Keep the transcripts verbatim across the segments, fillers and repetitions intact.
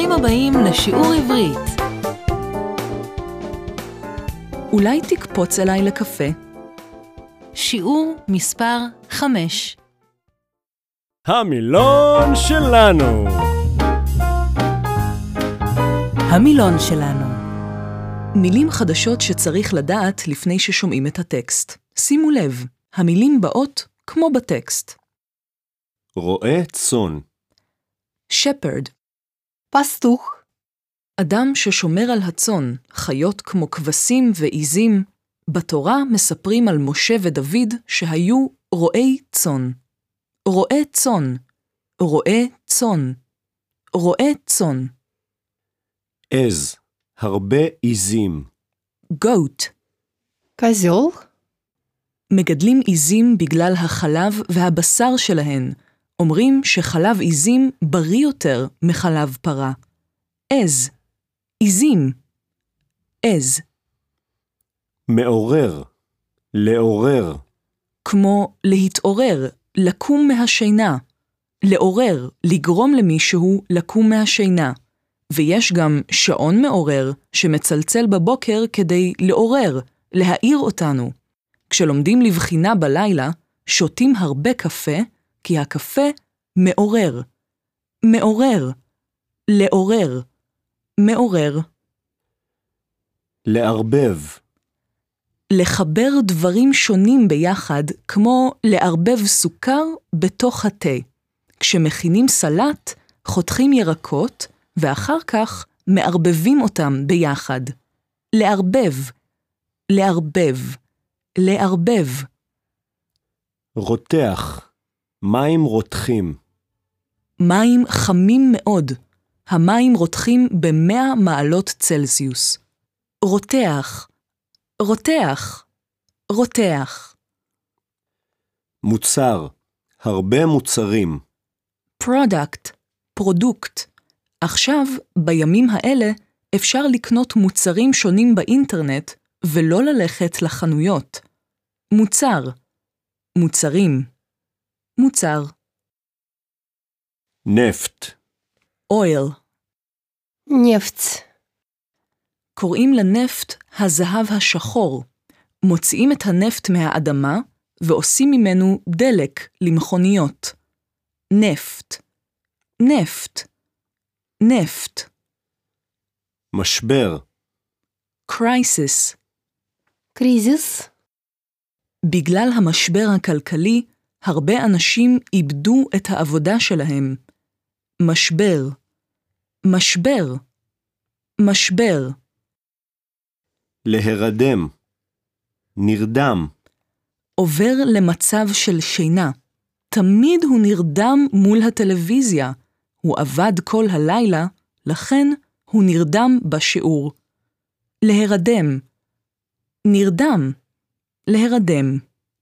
ברוכים הבאים לשיעור עברית. אולי תקפוץ אליי לקפה? שיעור מספר חמש. המילון שלנו. המילון שלנו. מילים חדשות שצריך לדעת לפני ששומעים את הטקסט. שימו לב, המילים באות כמו בטקסט. רועה צאן. shepherd, פסטוך, אדם ששומר על הצאן, חיות כמו כבשים ועיזים. בתורה מספרים על משה ודוד שהיו רועי צאן. רועה צאן, רועה צאן, רועה צאן. עז, הרבה עיזים. goat, козел, מגדלים עיזים בגלל החלב והבשר שלהן. אומרים שחלב עיזים בריא יותר מחלב פרה. עז, עיזים, עז. מעורר, לעורר. כמו להתעורר, לקום מהשינה. לעורר, לגרום למישהו לקום מהשינה. ויש גם שעון מעורר שמצלצל בבוקר כדי לעורר, להעיר אותנו. כשלומדים לבחינה בלילה, שותים הרבה קפה, כי הקפה מעורר. מעורר, לעורר, מעורר. לערבב. לחבר דברים שונים ביחד, כמו לערבב סוכר בתוך התה. כשמכינים סלט, חותכים ירקות, ואחר כך מערבבים אותם ביחד. לערבב, לערבב, לערבב. רותח, מים רותחים. מים חמים מאוד. המים רותחים ב-מאה מעלות צלזיוס. רותח, רותח, רותח. מוצר, הרבה מוצרים. פרודקט, פרודוקט. עכשיו, בימים האלה, אפשר לקנות מוצרים שונים באינטרנט ולא ללכת לחנויות. מוצר, מוצרים, מוצר. נפט. אויל. נפט, קוראים לנפט הזהב השחור. מוציאים את הנפט מהאדמה ועושים ממנו דלק למכוניות. נפט, נפט, נפט. משבר. קרייסיס. קריזיס, בגלל המשבר הכלכלי, הרבה אנשים איבדו את העבודה שלהם. משבר, משבר, משבר. להרדם. נרדם. עובר למצב של שינה. תמיד הוא נרדם מול הטלוויזיה. הוא עבד כל הלילה, לכן הוא נרדם בשיעור. להרדם. נרדם. להרדם.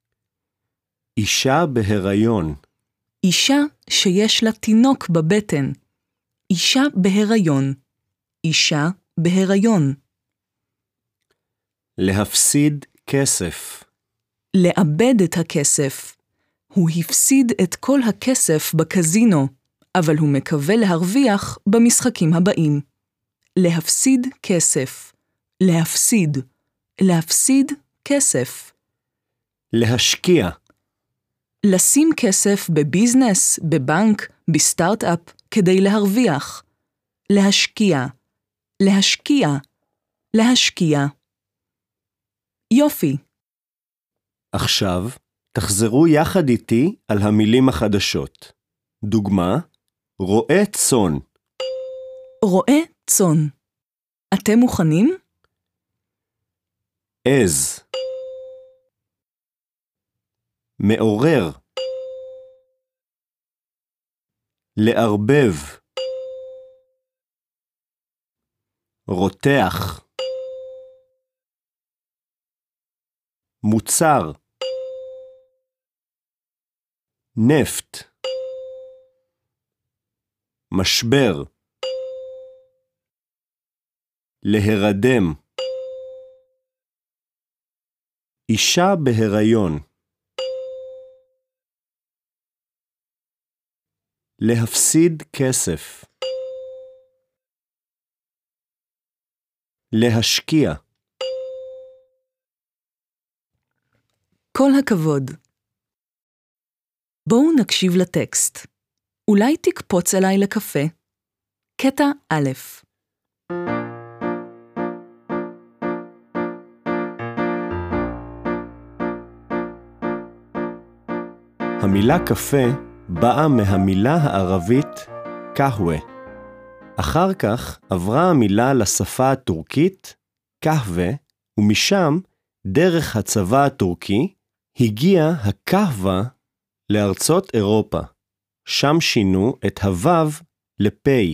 אישה בהיריון. אישה שיש לה תינוק בבטן. אישה בהיריון. אישה בהיריון. להפסיד כסף. לאבד את הכסף. הוא הפסיד את כל הכסף בקזינו, אבל הוא מקווה להרוויח במשחקים הבאים. להפסיד כסף. להפסיד. להפסיד כסף. להשקיע. לשים כסף בביזנס, בבנק, בסטארט-אפ, כדי להרוויח. להשקיע. להשקיע. להשקיע. יופי. עכשיו, תחזרו יחד איתי על המילים החדשות. דוגמה, רועה צאן. רועה צאן. אתם מוכנים? עז. מעורר. לערבב. רותח. מוצר. נפט. משבר. להרדם. אישה בהיריון. להפסיד כסף. להשקיע. כל הכבוד. בואו נקשיב לטקסט. אולי תקפוץ אליי לקפה? קטע א'. המילה קפה באה מהמילה הערבית קהווה. אחר כך עברה המילה לשפה הטורקית קהווה, ומשם, דרך הצבא הטורקי, הגיעה הקהווה לארצות אירופה. שם שינו את הוו לפי.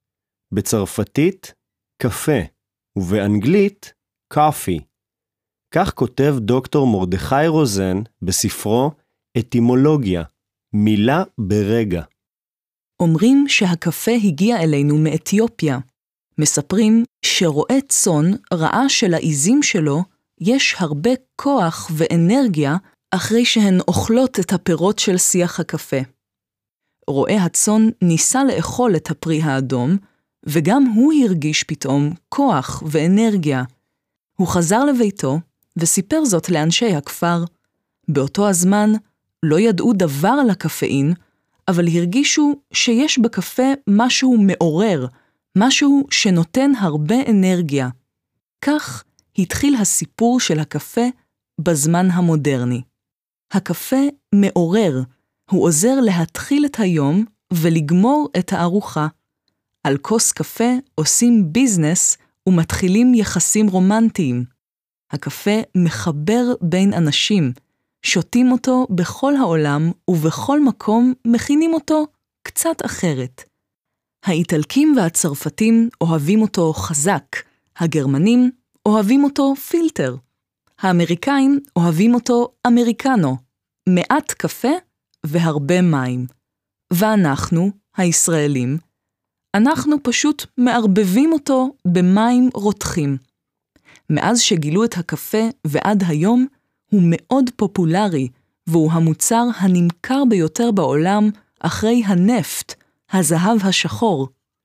בצרפתית קפה, ובאנגלית קופי. כך כותב דוקטור מרדכי רוזן בספרו אטימולוגיה, מילה ברגע. אומרים שהקפה הגיע אלינו מאתיופיה. מספרים שרועה צאן ראה שלעיזים שלו יש הרבה כוח ואנרגיה אחרי שהן אוכלות את הפירות של שיח הקפה. רועה הצאן ניסה לאכול את הפרי האדום, וגם הוא הרגיש פתאום כוח ואנרגיה. הוא חזר לביתו וסיפר זאת לאנשי הכפר. באותו הזמן לא ידעו דבר על הקפאין, אבל הרגישו שיש בקפה משהו מעורר, משהו שנותן הרבה אנרגיה. כך התחיל הסיפור של הקפה בזמן המודרני. הקפה מעורר, הוא עוזר להתחיל את היום ולגמור את הארוחה. על כוס קפה עושים ביזנס ומתחילים יחסים רומנטיים. הקפה מחבר בין אנשים, שותים אותו בכל העולם ובכל מקום מכינים אותו קצת אחרת. האיטלקים והצרפתים אוהבים אותו חזק, הגרמנים אוהבים אותו פילטר. האמריקאים אוהבים אותו אמריקנו, מעט קפה והרבה מים. ואנחנו, הישראלים, אנחנו פשוט מערבבים אותו במים רותחים. מאז שגילו את הקפה ועד היום, הוא מאוד פופולרי, והוא המוצר הנמכר ביותר בעולם אחרי הנפט, הזהב השחור.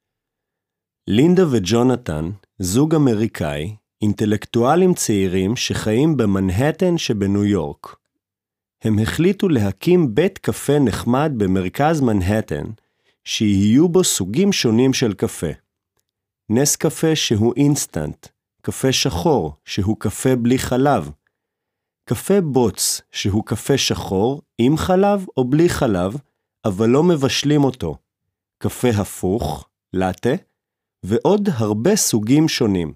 לינדה וג'ונתן, זוג אמריקאי, אינטלקטואלים צעירים שחיים במנהטן שבניו יורק. הם החליטו להקים בית קפה נחמד במרכז מנהטן, שיהיו בו סוגים שונים של קפה. נס קפה שהוא אינסטנט, קפה שחור שהוא קפה בלי חלב, קפה בוץ שהוא קפה שחור עם חלב או בלי חלב, אבל לא מבשלים אותו, קפה הפוך, לאטה, ועוד הרבה סוגים שונים.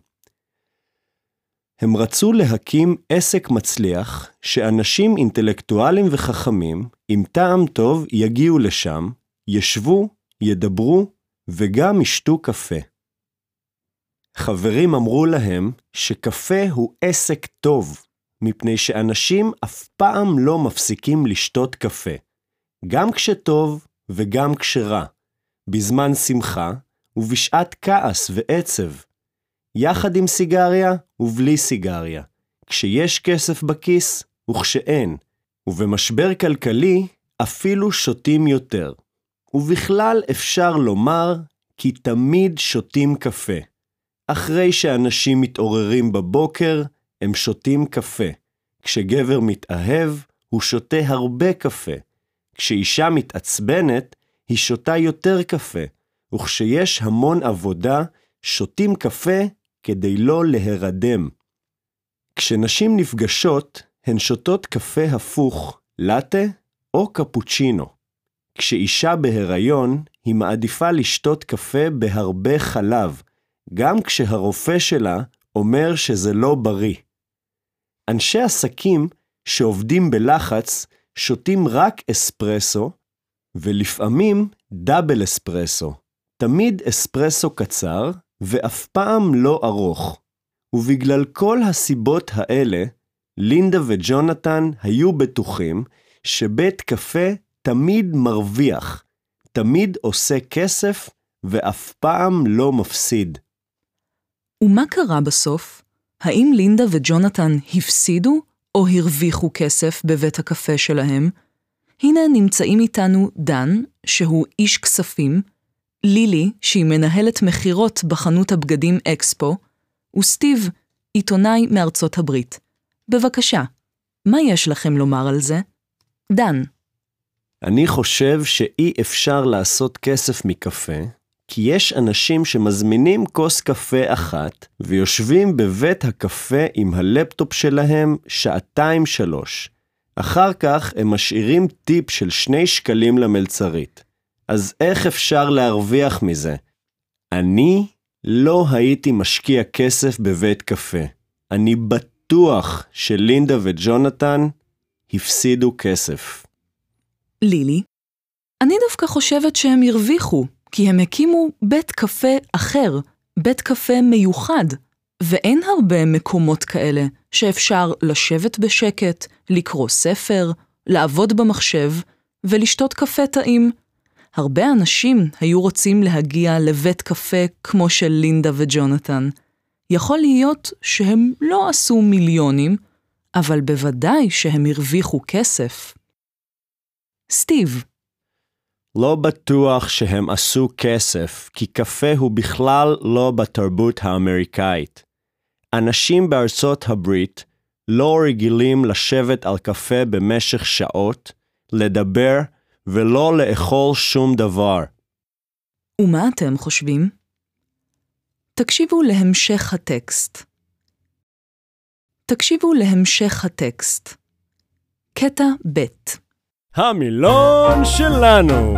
הם רצו להקים עסק מצליח שאנשים אינטלקטואלים וחכמים עם טעם טוב יגיעו לשם, ישבו, ידברו וגם ישתו קפה. חברים אמרו להם שקפה הוא עסק טוב, מפני שאנשים אף פעם לא מפסיקים לשתות קפה, גם כשטוב וגם כשרע, בזמן שמחה ובשעת כעס ועצב, יחד עם סיגריה ובלי סיגריה, כשיש כסף בכיס וכשאין, ובמשבר כלכלי אפילו שותים יותר. ובכלל אפשר לומר כי תמיד שותים קפה. אחרי שאנשים מתעוררים בבוקר, הם שותים קפה. כשגבר מתאהב, הוא שותה הרבה קפה. כשאישה מתעצבנת, היא שותה יותר קפה. וכשיש המון עבודה, שותים קפה כדי לא להירדם. כשנשים נפגשות, הן שותות קפה הפוך, לאטה או קפוצ'ינו. כשאישה בהיריון, היא מעדיפה לשתות קפה בהרבה חלב, גם כשהרופא שלה אומר שזה לא בריא. אנשי עסקים שעובדים בלחץ שותים רק אספרסו, ולפעמים דאבל אספרסו. תמיד אספרסו קצר ואף פעם לא ארוך. ובגלל כל הסיבות האלה, לינדה וג'ונתן היו בטוחים שבית קפה תמיד מרוויח, תמיד עושה כסף ואף פעם לא מפסיד. ומה קרה בסוף? האם לינדה וג'ונתן הפסידו או הרוויחו כסף בבית הקפה שלהם? הנה נמצאים איתנו דן, שהוא איש כספים, לילי, שהיא מנהלת מחירות בחנות הבגדים אקספו, וסטיב, עיתונאי מארצות הברית. בבקשה, מה יש לכם לומר על זה? דן. אני חושב שאי אפשר לעשות כסף מקפה, כי יש אנשים שמזמינים כוס קפה אחת, ויושבים בבית הקפה עם הלפטופ שלהם שעתיים שלוש. אחר כך הם משאירים טיפ של שני שקלים למלצרית. אז איך אפשר להרוויח מזה? אני לא הייתי משקיע כסף בבית קפה. אני בטוח שלינדה וג'ונתן הפסידו כסף. לילי, אני דווקא חושבת שהם הרוויחו, כי הם הקימו בית קפה אחר, בית קפה מיוחד, ואין הרבה מקומות כאלה שאפשר לשבת בשקט, לקרוא ספר, לעבוד במחשב ולשתות קפה טעים. הרבה אנשים היו רוצים להגיע לבית קפה כמו של לינדה וג'ונתן. יכול להיות שהם לא עשו מיליונים, אבל בוודאי שהם הרוויחו כסף. סטיב. לא בטוח שהם עשו כסף, כי קפה הוא בכלל לא בתרבות האמריקאית. אנשים בארצות הברית לא רגילים לשבת על קפה במשך שעות, לדבר ולא לאכול שום דבר. ומה אתם חושבים? תקשיבו להמשך הטקסט. תקשיבו להמשך הטקסט. קטע ב' המילון שלנו.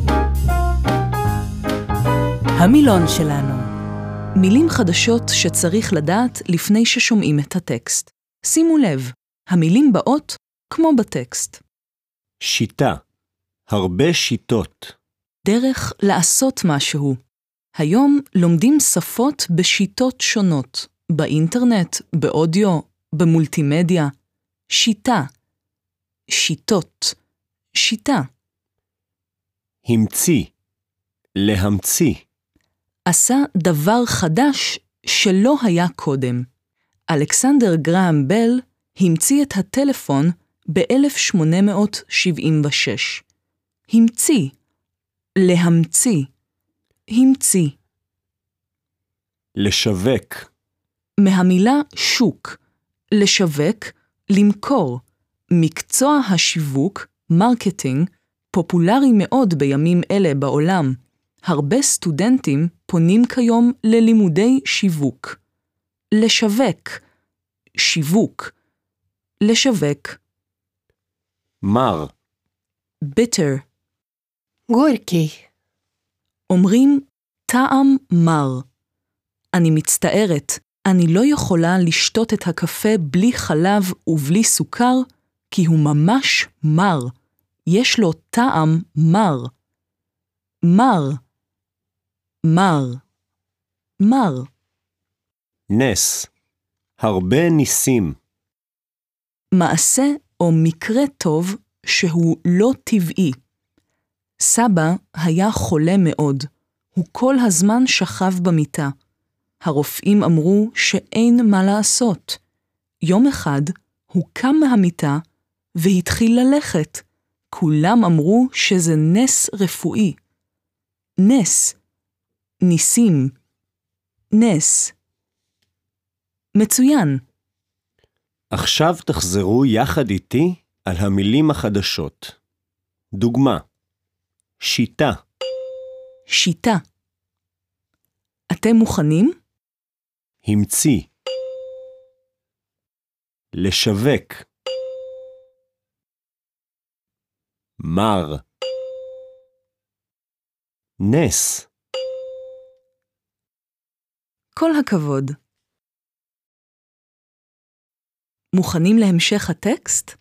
המילון שלנו. מילים חדשות שצריך לדעת לפני ששומעים את הטקסט. שימו לב, המילים באות כמו בטקסט. שיטה. הרבה שיטות. דרך לעשות משהו. היום לומדים שפות בשיטות שונות, באינטרנט, באודיו, במולטימדיה. שיטה. שיטות. שיטה. המציא. להמציא. עשה דבר חדש שלא היה קודם. אלכסנדר גרהם בל המציא את הטלפון ב-אלף שמונה מאות שבעים ושש. המציא. להמציא. המציא. לשווק. מהמילה שוק. לשווק, למכור. מקצוע השיווק, מרקטינג, פופולרי מאוד בימים אלה בעולם. הרבה סטודנטים פונים כיום ללימודי שיווק. לשווק. שיווק. לשווק. מר. ביטר. Горький. אומרים טעם מר. אני מצטערת, אני לא יכולה לשתות את הקפה בלי חלב ובלי סוכר, כי הוא ממש מר. יש לו טעם מר. מר. מר. מר. נס. הרבה ניסים. מעשה או מקרה טוב שהוא לא טבעי. סבא היה חולה מאוד. הוא כל הזמן שכב במיטה. הרופאים אמרו שאין מה לעשות. יום אחד הוא קם מהמיטה והתחיל ללכת. כולם אמרו שזה נס רפואי. נס. ניסים. נס. מצוין. עכשיו תחזרו יחד איתי על המילים החדשות. דוגמה. שיטה. שיטה. אתם מוכנים? המציא. לשווק. מר. נס. כל הכבוד. מוכנים להמשך הטקסט?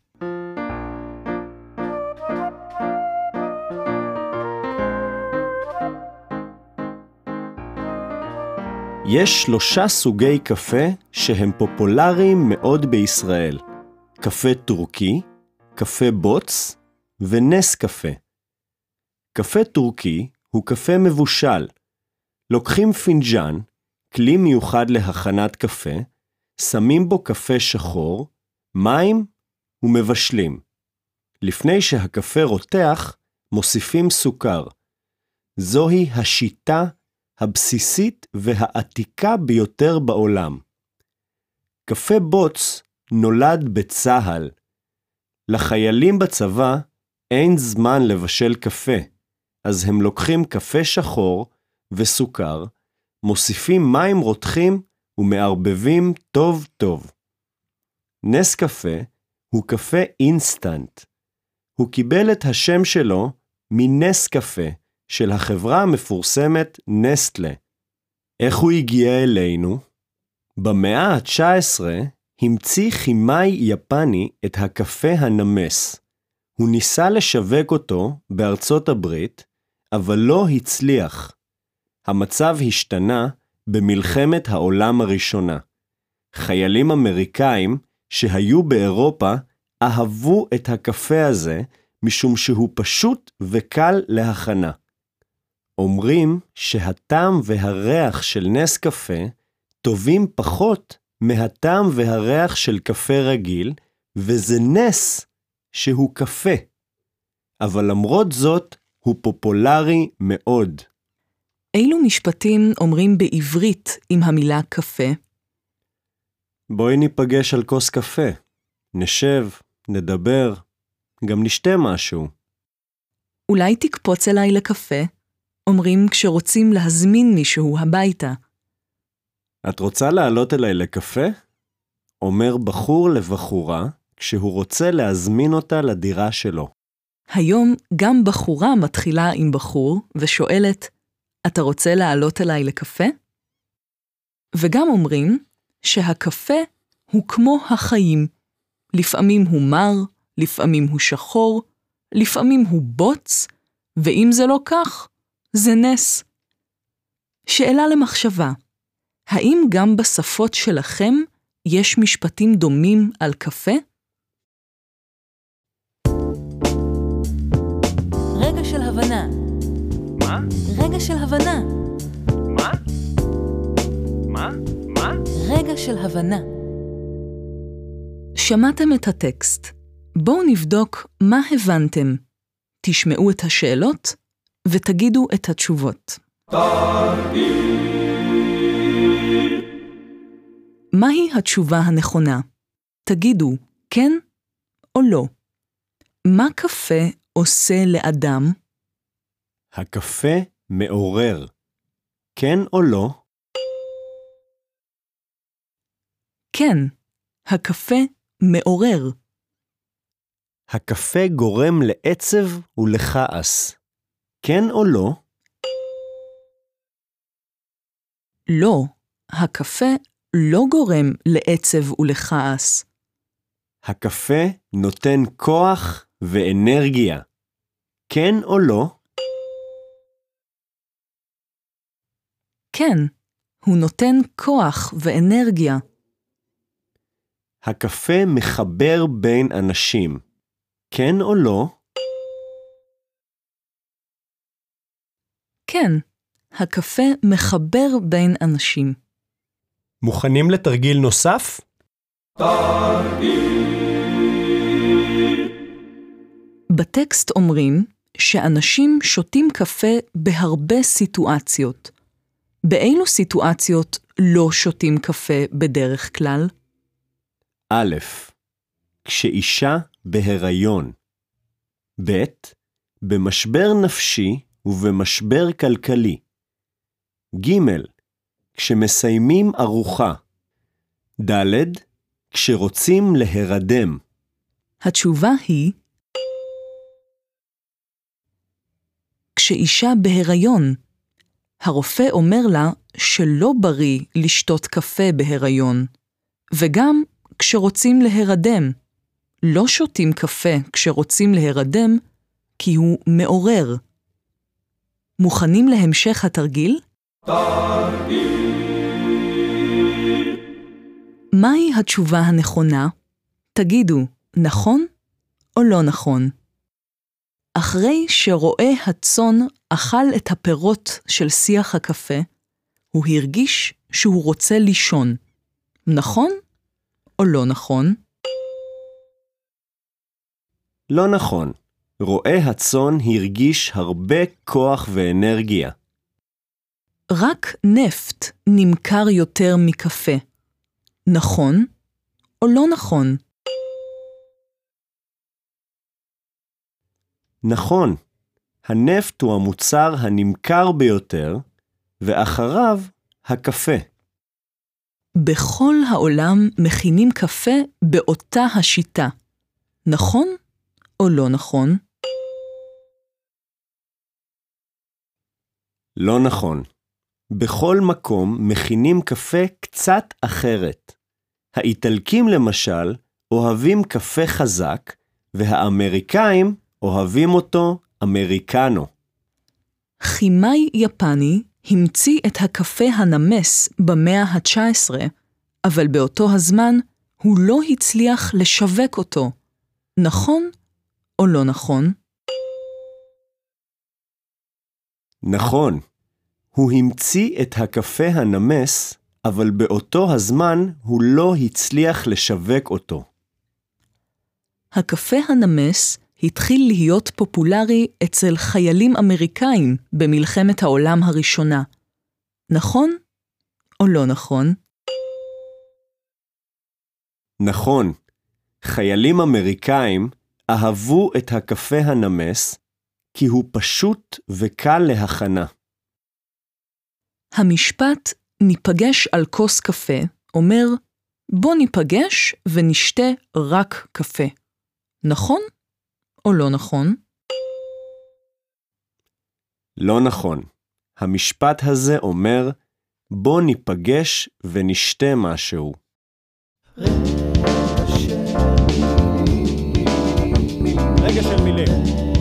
יש שלושה סוגי קפה שהם פופולריים מאוד בישראל. קפה טורקי, קפה בוץ ונס קפה. קפה טורקי הוא קפה מבושל. לוקחים פינג'אן, כלי מיוחד להכנת קפה, שמים בו קפה שחור, מים ומבשלים. לפני שהקפה רותח, מוסיפים סוכר. זוהי השיטה הבסיסית והעתיקה ביותר בעולם. קפה בוץ נולד בצהל. לחיילים בצבא אין זמן לבשל קפה, אז הם לוקחים קפה שחור וסוכר, מוסיפים מים רותחים ומערבבים טוב טוב. נס קפה הוא קפה אינסטנט. הוא קיבל את השם שלו מנס קפה של החברה המפורסמת נסטלה. איך הוא הגיע אלינו? במאה ה-תשע עשרה המציא כימאי יפני את הקפה הנמס. הוא ניסה לשווק אותו בארצות הברית, אבל לא הצליח. המצב השתנה במלחמת העולם הראשונה. חיילים אמריקאים שהיו באירופה אהבו את הקפה הזה משום שהוא פשוט וקל להכנה. אומרים שהטעם והריח של נס קפה טובים פחות מהטעם והריח של קפה רגיל, וזה נס שהוא קפה. אבל למרות זאת, הוא פופולרי מאוד. אילו משפטים אומרים בעברית עם המילה קפה? בואי ניפגש על כוס קפה. נשב, נדבר, גם נשתה משהו. אולי תקפוץ אליי לקפה? אומרים כשרוצים להזמין מישהו הביתה. את רוצה לעלות אליי לקפה? אומר בחור לבחורה כשהוא רוצה להזמין אותה לדירה שלו. היום גם בחורה מתחילה עם בחור ושואלת, אתה רוצה לעלות אליי לקפה? וגם אומרים שהקפה הוא כמו החיים. לפעמים הוא מר, לפעמים הוא שחור, לפעמים הוא בוץ, ואם זה לא כך, זה נס. שאלה למחשבה, האם גם בשפות שלכם יש משפטים דומים על קפה? רגע של הבנה. מה? רגע של הבנה. מה? מה? מה? רגע של הבנה. שמעתם את הטקסט. בואו נבדוק מה הבנתם. תשמעו את השאלות ותגידו את התשובות. מהי התשובה הנכונה? תגידו כן או לא. מה קפה עושה לאדם? הקפה מעורר. כן או לא? כן, הקפה מעורר. הקפה גורם לעצב ולכעס. כן או לא? לא, הקפה לא גורם לעצב ולכעס. הקפה נותן כוח ואנרגיה. כן או לא? כן, הוא נותן כוח ואנרגיה. הקפה מחבר בין אנשים. כן או לא? כן, הקפה מחבר בין אנשים. מוכנים לתרגיל נוסף? בטקסט אומרים שאנשים שותים קפה בהרבה סיטואציות. באילו סיטואציות לא שותים קפה בדרך כלל? א', כשאישה בהיריון. ב', במשבר נפשי ובמשבר כלכלי. ג', כשמסיימים ארוחה. ד', כשרוצים להירדם. התשובה היא כשאישה בהיריון. הרופא אומר לה שלא בריא לשתות קפה בהיריון, וגם כשרוצים להירדם. לא שותים קפה כשרוצים להירדם, כי הוא מעורר. מוכנים להמשך התרגיל? מהי התשובה הנכונה? תגידו, נכון או לא נכון? אחרי שרועה הצאן אכל את הפירות של שיח הקפה, הוא הרגיש שהוא רוצה לישון. נכון או לא נכון? לא נכון. רועה הצאן הרגיש הרבה כוח ואנרגיה. רק נפט נמכר יותר מקפה. נכון או לא נכון? נכון, הנפט הוא המוצר הנמכר ביותר, ואחריו הקפה. בכל העולם מכינים קפה באותה השיטה. נכון או לא נכון? לא נכון. בכל מקום מכינים קפה קצת אחרת. האיטלקים למשל אוהבים קפה חזק, והאמריקאים אוהבים אותו אמריקנו. כימאי יפני המציא את הקפה הנמס במאה ה-תשע עשרה, אבל באותו הזמן הוא לא הצליח לשווק אותו. נכון או לא נכון? נכון, הוא המציא את הקפה הנמס, אבל באותו הזמן הוא לא הצליח לשווק אותו. הקפה הנמס התחיל להיות פופולרי אצל חיילים אמריקאים במלחמת העולם הראשונה. נכון או לא נכון? נכון, חיילים אמריקאים אהבו את הקפה הנמס, כי הוא פשוט וקל להכנה. המשפט ניפגש על כוס קפה אומר, בוא ניפגש ונשתה רק קפה. נכון או לא נכון? לא נכון. המשפט הזה אומר, בוא ניפגש ונשתה משהו. רגע של מילים.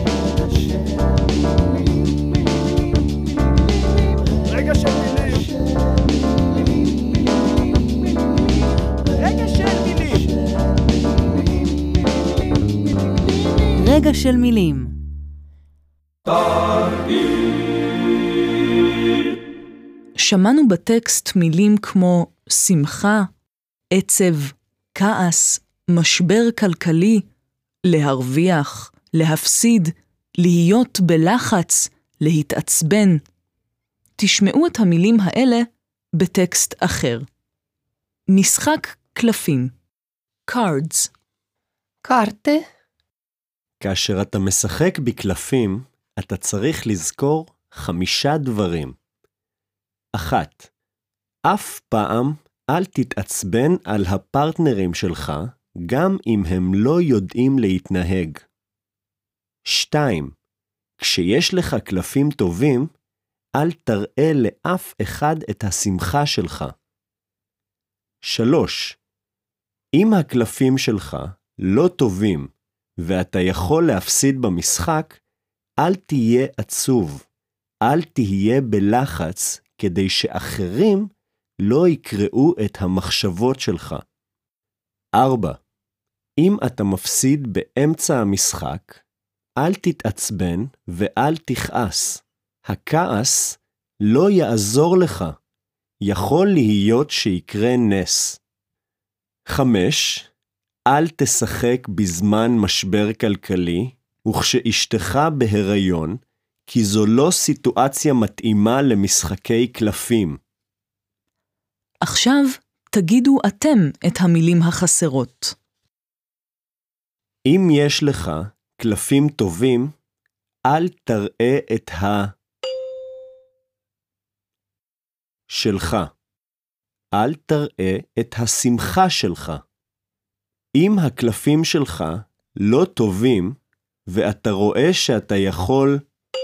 רגע של מילים. רגע של מילים. רגע של מילים. שמענו בטקסט מילים כמו שמחה, עצב, כעס, משבר כלכלי, להרוויח, להפסיד, להיות בלחץ, להתעצבן. תשמעו את המילים האלה בטקסט אחר. משחק קלפים. cards. קארטה, כאשר אתה משחק בקלפים, אתה צריך לזכור חמישה דברים. אחת, אף פעם אל תתעצבן על הפרטנרים שלך, גם אם הם לא יודעים להתנהג. שתיים, כשיש לך קלפים טובים, אל תראה לאף אחד את השמחה שלך. שלוש, אם הקלפים שלך לא טובים, ואתה יכול להפסיד במשחק, אל תהיה עצוב, אל תהיה בלחץ, כדי שאחרים לא יקראו את המחשבות שלך. ארבע, אם אתה מפסיד באמצע המשחק, אל תתעצבן ואל תכעס. הכעס לא יעזור לך. יכול להיות שיקרה נס. חמש, אל תשחק בזמן משבר כלכלי, וכשאשתך בהיריון, כי זו לא סיטואציה מתאימה למשחקי קלפים. עכשיו תגידו אתם את המילים החסרות. אם יש לך קלפים טובים, אל תראה את ה... שלך. אל תראה את השמחה שלך. אם הקלפים שלך לא טובים, ואתה רואה שאתה יכול...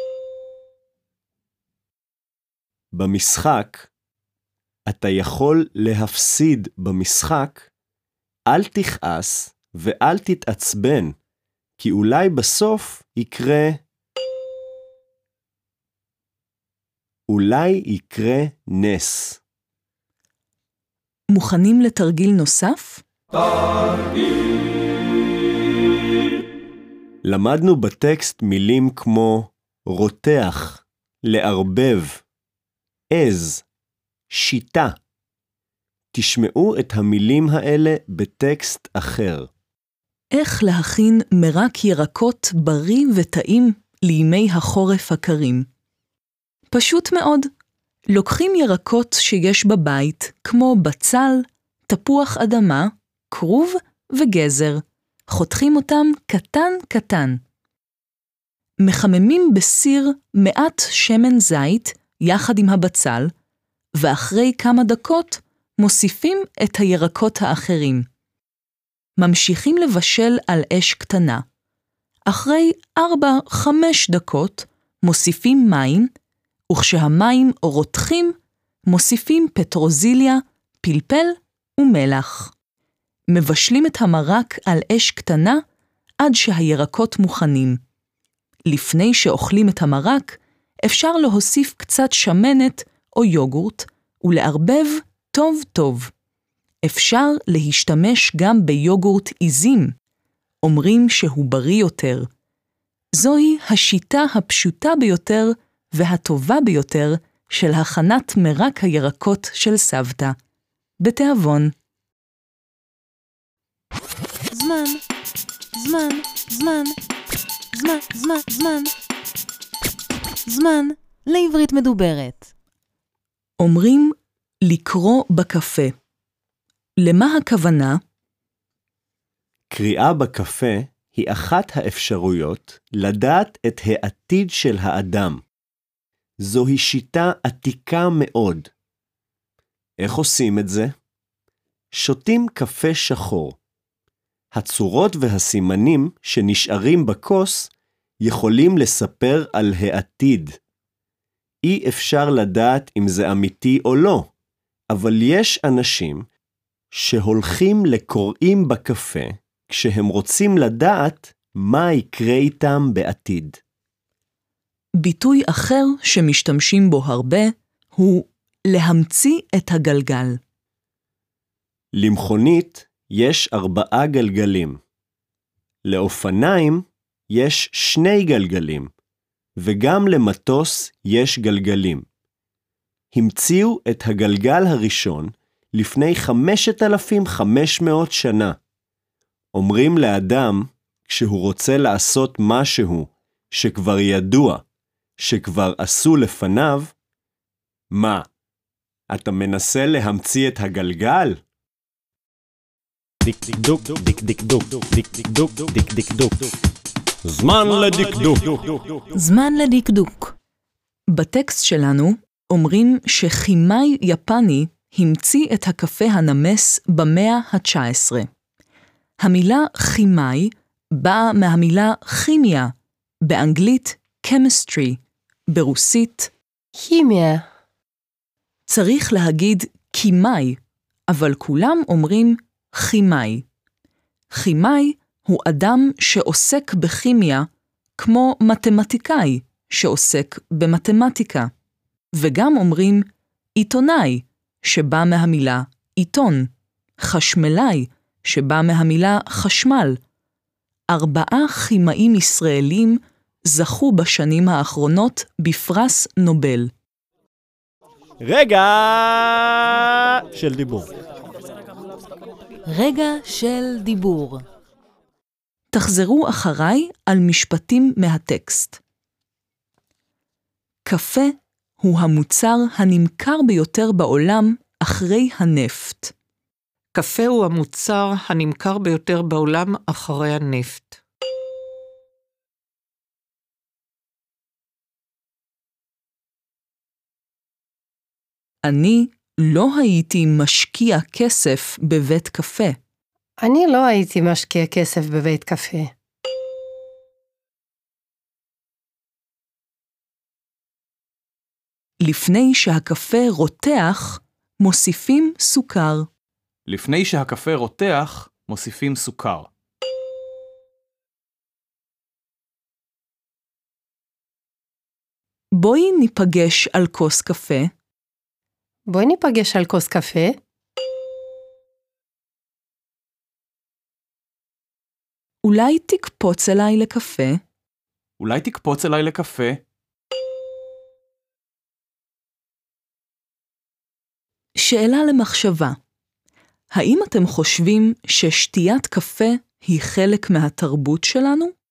במשחק, אתה יכול להפסיד במשחק, אל תכעס ואל תתעצבן, כי אולי בסוף יקרה... אולי יקרה נס. מוכנים לתרגיל נוסף? למדנו בטקסט מילים כמו רותח, לערבב, עז, שיטה. תשמעו את המילים האלה בטקסט אחר. איך להכין מרק ירקות בריא וטעים לימי החורף הקרים? פשוט מאוד. לוקחים ירקות שיש בבית, כמו בצל, תפוח אדמה, כרוב וגזר. חותכים אותם קטן קטן. מחממים בסיר מעט שמן זית יחד עם הבצל, ואחרי כמה דקות מוסיפים את הירקות האחרים. ממשיכים לבשל על אש קטנה. אחרי ארבע חמש דקות מוסיפים מים, וכשהמים רותחים, מוסיפים פטרוזיליה, פלפל ומלח. מבשלים את המרק על אש קטנה עד שהירקות מוכנים. לפני שאוכלים את המרק, אפשר להוסיף קצת שמנת או יוגורט ולערבב טוב טוב. אפשר להשתמש גם ביוגורט עיזים. אומרים שהוא בריא יותר. זוהי השיטה הפשוטה ביותר והטובה ביותר של הכנת מרק הירקות של סבתא. בתיאבון. זמן, זמן, זמן, זמן, זמן, זמן. זמן לעברית מדוברת. אומרים לקרוא בקפה. למה הכוונה? קריאה בקפה היא אחת האפשרויות לדעת את העתיד של האדם. זוהי שיטה עתיקה מאוד. איך עושים את זה? שותים קפה שחור. הצורות והסימנים שנשארים בכוס יכולים לספר על העתיד. אי אפשר לדעת אם זה אמיתי או לא, אבל יש אנשים שהולכים לקוראים בקפה כשהם רוצים לדעת מה יקרה איתם בעתיד. ביטוי אחר שמשתמשים בו הרבה הוא להמציא את הגלגל. למכונית יש ארבעה גלגלים. לאופניים יש שני גלגלים, וגם למטוס יש גלגלים. המציאו את הגלגל הראשון לפני חמשת אלפים וחמש מאות שנה. אומרים לאדם, כשהוא רוצה לעשות משהו שכבר ידוע, שכבר עשו לפניו, מה? אתה מנסה להמציא את הגלגל? דיק דיק דוק, דיק דיק דוק, דיק דיק דוק, דיק דיק דוק. זמן לדקדוק. זמן לדקדוק. בטקסט שלנו אומרים שכימאי יפני המציא את הקפה הנמס במאה ה-תשע עשרה. המילה כימאי באה מהמילה כימיה, באנגלית chemistry, ברוסית כימיה. צריך להגיד כימאי, אבל כולם אומרים כימאי. כימאי הוא אדם שעוסק בכימיה כמו מתמטיקאי שעוסק במתמטיקה. וגם אומרים עיתונאי, שבא מהמילה עיתון, חשמלאי, שבא מהמילה חשמל. ארבעה כימאים ישראלים זכו בשנים האחרונות בפרס נובל. רגע של דיבור. רגע של דיבור. תחזרו אחריי על משפטים מהטקסט. קפה הוא המוצר הנמכר ביותר בעולם אחרי הנפט. קפה הוא המוצר הנמכר ביותר בעולם אחרי הנפט. אני לא הייתי משקיע כסף בבית קפה. אני לא הייתי משקיע כסף בבית קפה. לפני שהקפה רותח, מוסיפים סוכר. לפני שהקפה רותח, מוסיפים סוכר. בואי ניפגש על כוס קפה. בואי ניפגש על כוס קפה. אולי תקפוץ אליי לקפה? אולי תקפוץ אליי לקפה? שאלה למחשבה. האם אתם חושבים ששתיית קפה היא חלק מהתרבות שלנו?